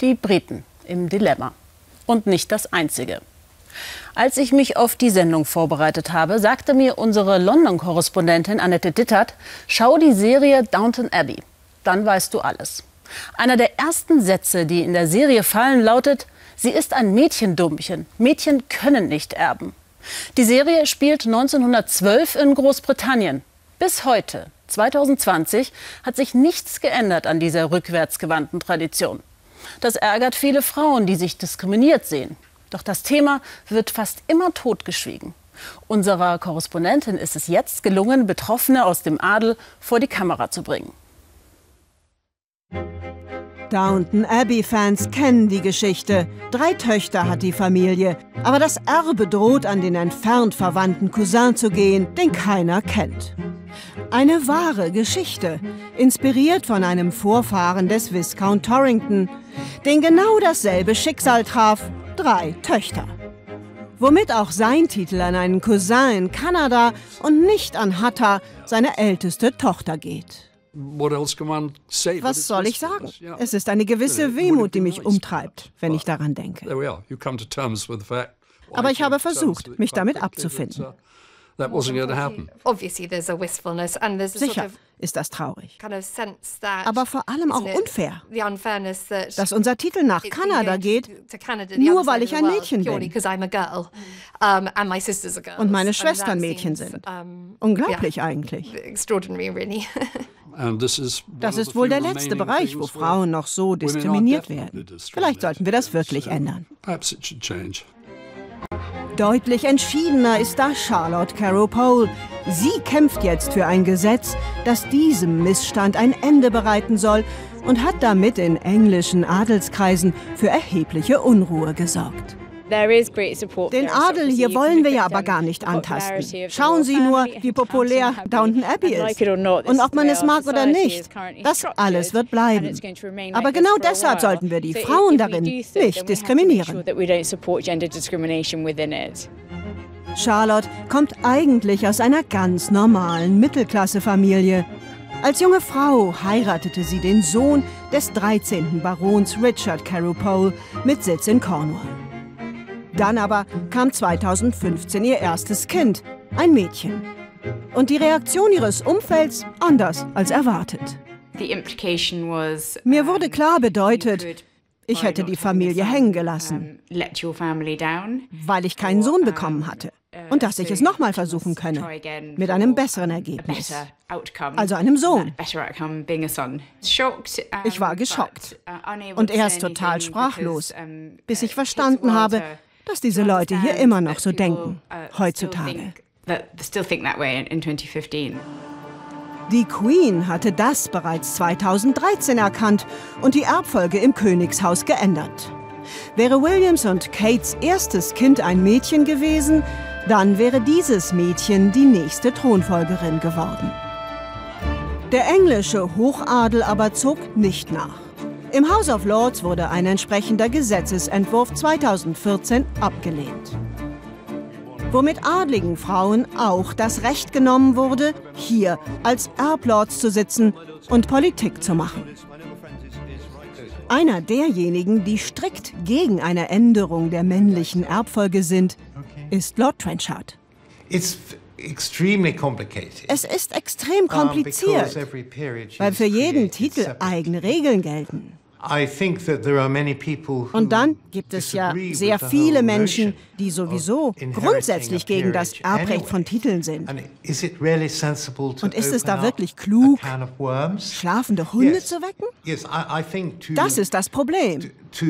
Die Briten im Dilemma. Und nicht das einzige. Als ich mich auf die Sendung vorbereitet habe, sagte mir unsere London-Korrespondentin Annette Dittert, schau die Serie Downton Abbey, dann weißt du alles. Einer der ersten Sätze, die in der Serie fallen, lautet, sie ist ein Mädchendummchen, Mädchen können nicht erben. Die Serie spielt 1912 in Großbritannien. Bis heute, 2020, hat sich nichts geändert an dieser rückwärtsgewandten Tradition. Das ärgert viele Frauen, die sich diskriminiert sehen. Doch das Thema wird fast immer totgeschwiegen. Unserer Korrespondentin ist es jetzt gelungen, Betroffene aus dem Adel vor die Kamera zu bringen. Downton Abbey-Fans kennen die Geschichte. 3 Töchter hat die Familie. Aber das Erbe droht an den entfernt verwandten Cousin zu gehen, den keiner kennt. Eine wahre Geschichte, inspiriert von einem Vorfahren des Viscount Torrington, den genau dasselbe Schicksal traf, 3 Töchter. Womit auch sein Titel an einen Cousin in Kanada und nicht an Hatta, seine älteste Tochter, geht. Was soll ich sagen? Es ist eine gewisse Wehmut, die mich umtreibt, wenn ich daran denke. Aber ich habe versucht, mich damit abzufinden. Sicher ist das traurig. Aber vor allem auch unfair, dass unser Titel nach Kanada geht, nur weil ich ein Mädchen bin. Und meine Schwestern Mädchen sind. Unglaublich eigentlich. Das ist wohl der letzte Bereich, wo Frauen noch so diskriminiert werden. Vielleicht sollten wir das wirklich ändern. Deutlich entschiedener ist da Charlotte Carrow Pole. Sie kämpft jetzt für ein Gesetz, das diesem Missstand ein Ende bereiten soll und hat damit in englischen Adelskreisen für erhebliche Unruhe gesorgt. Den Adel hier wollen wir ja aber gar nicht antasten. Schauen Sie nur, wie populär Downton Abbey ist. Und ob man es mag oder nicht, das alles wird bleiben. Aber genau deshalb sollten wir die Frauen darin nicht diskriminieren. Charlotte kommt eigentlich aus einer ganz normalen Mittelklassefamilie. Als junge Frau heiratete sie den Sohn des 13. Barons Richard Carrow Pole mit Sitz in Cornwall. Dann aber kam 2015 ihr erstes Kind, ein Mädchen. Und die Reaktion ihres Umfelds anders als erwartet. Mir wurde klar bedeutet, ich hätte die Familie hängen gelassen, weil ich keinen Sohn bekommen hatte. Und dass ich es nochmal versuchen könne, mit einem besseren Ergebnis, also einem Sohn. Ich war geschockt und erst total sprachlos, bis ich verstanden habe, dass diese Leute hier immer noch so denken, heutzutage. Die Queen hatte das bereits 2013 erkannt und die Erbfolge im Königshaus geändert. Wäre Williams und Kates erstes Kind ein Mädchen gewesen, dann wäre dieses Mädchen die nächste Thronfolgerin geworden. Der englische Hochadel aber zog nicht nach. Im House of Lords wurde ein entsprechender Gesetzesentwurf 2014 abgelehnt. Womit adligen Frauen auch das Recht genommen wurde, hier als Erblords zu sitzen und Politik zu machen. Einer derjenigen, die strikt gegen eine Änderung der männlichen Erbfolge sind, ist Lord Trenchard. Es ist extrem kompliziert, weil für jeden Titel eigene Regeln gelten. Und dann gibt es ja sehr viele Menschen, die sowieso grundsätzlich gegen das Erbrecht von Titeln sind. Und ist es da wirklich klug, schlafende Hunde zu wecken? Das ist das Problem.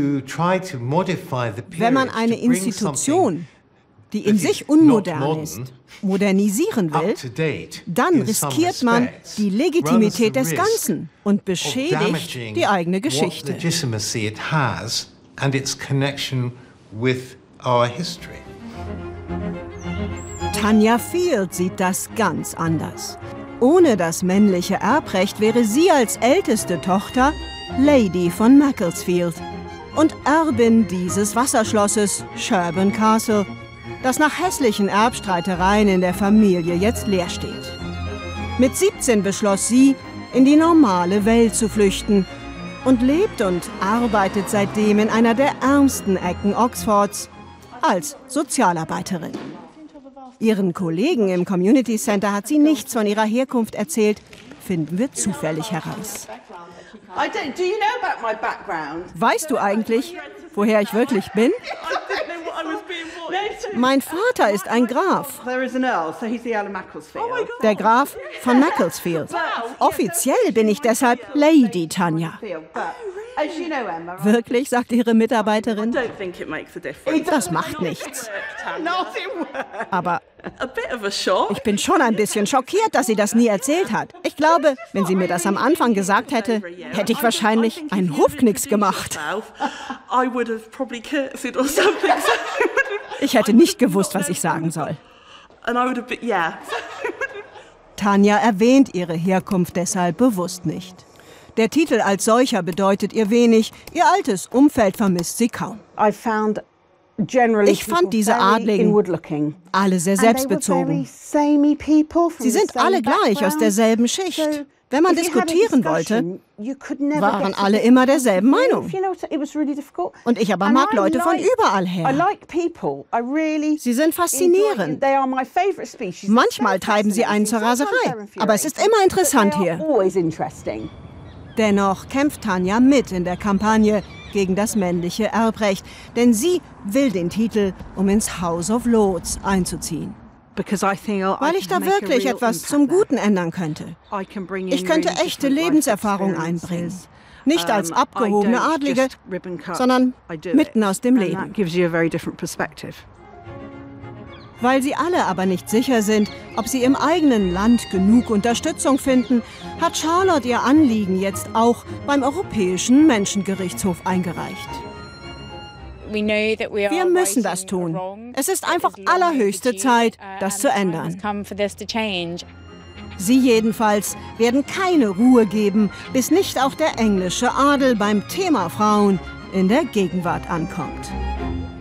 Wenn man eine Institution, die in sich unmodern ist, modernisieren will, dann riskiert man die Legitimität des Ganzen und beschädigt die eigene Geschichte. Tanya Field sieht das ganz anders. Ohne das männliche Erbrecht wäre sie als älteste Tochter Lady von Macclesfield und Erbin dieses Wasserschlosses Sherborne Castle, das nach hässlichen Erbstreitereien in der Familie jetzt leer steht. Mit 17 beschloss sie, in die normale Welt zu flüchten und lebt und arbeitet seitdem in einer der ärmsten Ecken Oxfords als Sozialarbeiterin. Ihren Kollegen im Community Center hat sie nichts von ihrer Herkunft erzählt, finden wir zufällig heraus. Weißt du eigentlich, woher ich wirklich bin? Mein Vater ist ein Graf. Der Graf von Macclesfield. Offiziell bin ich deshalb Lady Tanya. Wirklich, sagt ihre Mitarbeiterin. Das macht nichts. Aber ich bin schon ein bisschen schockiert, dass sie das nie erzählt hat. Ich glaube, wenn sie mir das am Anfang gesagt hätte, hätte ich wahrscheinlich einen Hofknicks gemacht. Ich hätte nicht gewusst, was ich sagen soll. Tanya erwähnt ihre Herkunft deshalb bewusst nicht. Der Titel als solcher bedeutet ihr wenig. Ihr altes Umfeld vermisst sie kaum. Ich fand diese Adligen alle sehr selbstbezogen. Sie sind alle gleich aus derselben Schicht. Wenn man diskutieren wollte, waren alle immer derselben Meinung. Und ich aber mag Leute von überall her. Sie sind faszinierend. Manchmal treiben sie einen zur Raserei, aber es ist immer interessant hier. Dennoch kämpft Tanya mit in der Kampagne gegen das männliche Erbrecht, denn sie will den Titel, um ins House of Lords einzuziehen. Weil ich da wirklich etwas zum Guten ändern könnte. Ich könnte echte Lebenserfahrung einbringen. Nicht als abgehobene Adlige, sondern mitten aus dem Leben. Weil sie alle aber nicht sicher sind, ob sie im eigenen Land genug Unterstützung finden, hat Charlotte ihr Anliegen jetzt auch beim Europäischen Menschengerichtshof eingereicht. Wir müssen das tun. Es ist einfach allerhöchste Zeit, das zu ändern. Sie jedenfalls werden keine Ruhe geben, bis nicht auch der englische Adel beim Thema Frauen in der Gegenwart ankommt.